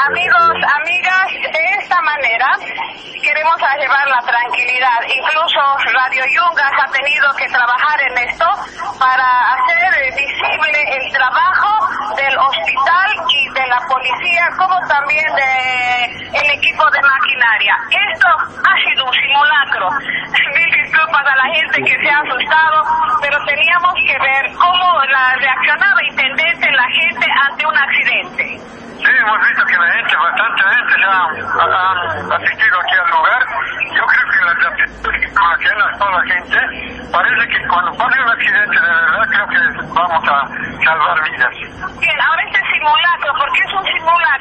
Amigos, amigas, de esta manera queremos llevar la tranquilidad. Incluso Radio Yungas ha tenido que trabajar en esto para hacer visible el trabajo del hospital y de la policía, como también del equipo de maquinaria. Esto ha sido un simulacro. Mil disculpas a la gente que se ha asustado, pero teníamos que ver cómo reaccionaba intendente, la gente ante un accidente. Sí, hemos visto que la gente, bastante gente ya han asistido aquí al lugar. Yo creo que las actitudes con las que han estado la gente, parece que cuando pase un accidente de verdad, creo que vamos a salvar vidas. Bien, ahora este simulacro, ¿por qué es un simulacro?